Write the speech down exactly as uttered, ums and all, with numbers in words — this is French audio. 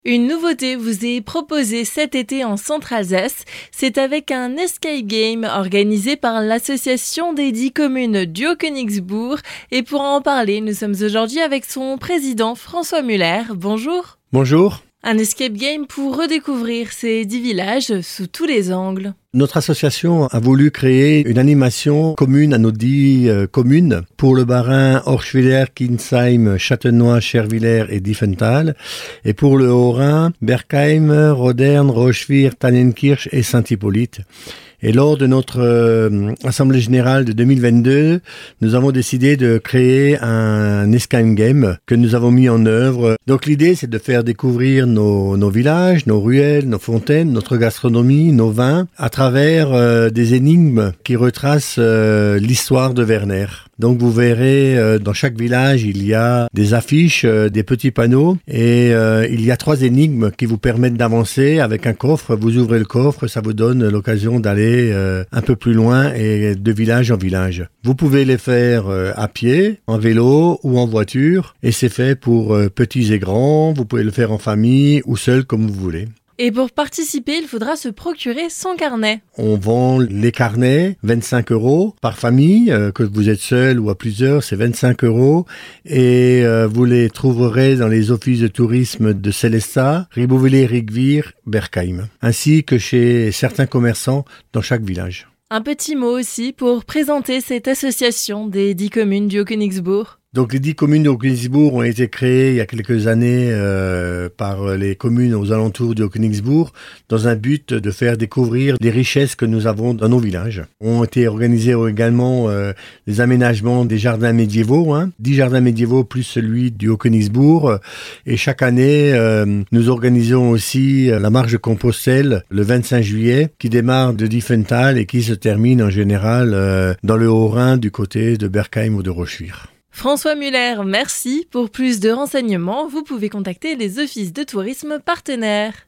Une nouveauté vous est proposée cet été en Centre-Alsace. C'est avec un escape game organisé par l'association des dix communes du Haut-Königsbourg. Et pour en parler, nous sommes aujourd'hui avec son président François Muller. Bonjour. Bonjour. Un escape game pour redécouvrir ces dix villages sous tous les angles. Notre association a voulu créer une animation commune à nos dix euh, communes pour le Bas-Rhin, Orschwiller, Kinsheim, Châtenois, Scherwiller et Diefenthal, et pour le Haut-Rhin, Berkheim, Rodern, Rochwir, Tannenkirch et Saint-Hippolyte. Et lors de notre euh, Assemblée Générale de deux mille vingt-deux, nous avons décidé de créer un escape game que nous avons mis en œuvre. Donc l'idée, c'est de faire découvrir nos, nos villages, nos ruelles, nos fontaines, notre gastronomie, nos vins, à travers euh, des énigmes qui retracent euh, l'histoire de Werner. Donc vous verrez, euh, dans chaque village, il y a des affiches, euh, des petits panneaux, et euh, il y a trois énigmes qui vous permettent d'avancer avec un coffre. Vous ouvrez le coffre, ça vous donne l'occasion d'aller euh, un peu plus loin et de village en village. Vous pouvez les faire euh, à pied, en vélo ou en voiture, et c'est fait pour euh, petits et grands. Vous pouvez le faire en famille ou seul comme vous voulez. Et pour participer, il faudra se procurer son carnet. On vend les carnets, vingt-cinq euros par famille, euh, que vous êtes seul ou à plusieurs, c'est vingt-cinq euros. Et euh, vous les trouverez dans les offices de tourisme de Sélestat, Ribeauvillé, Rigvir, Berkheim, ainsi que chez certains commerçants dans chaque village. Un petit mot aussi pour présenter cette association des dix communes du Haut-Königsbourg. Donc les dix communes du Haut-Königsbourg ont été créées il y a quelques années euh, par les communes aux alentours du Haut-Königsbourg dans un but de faire découvrir les richesses que nous avons dans nos villages. Ont été organisés également euh, les aménagements des jardins médiévaux, hein, dix jardins médiévaux plus celui du Haut-Königsbourg. Et chaque année, euh, nous organisons aussi la marche de Compostelle le vingt-cinq juillet qui démarre de Diefenthal et qui se termine en général euh, dans le Haut-Rhin du côté de Berkheim ou de Rochwir. François Muller, merci. Pour plus de renseignements, vous pouvez contacter les offices de tourisme partenaires.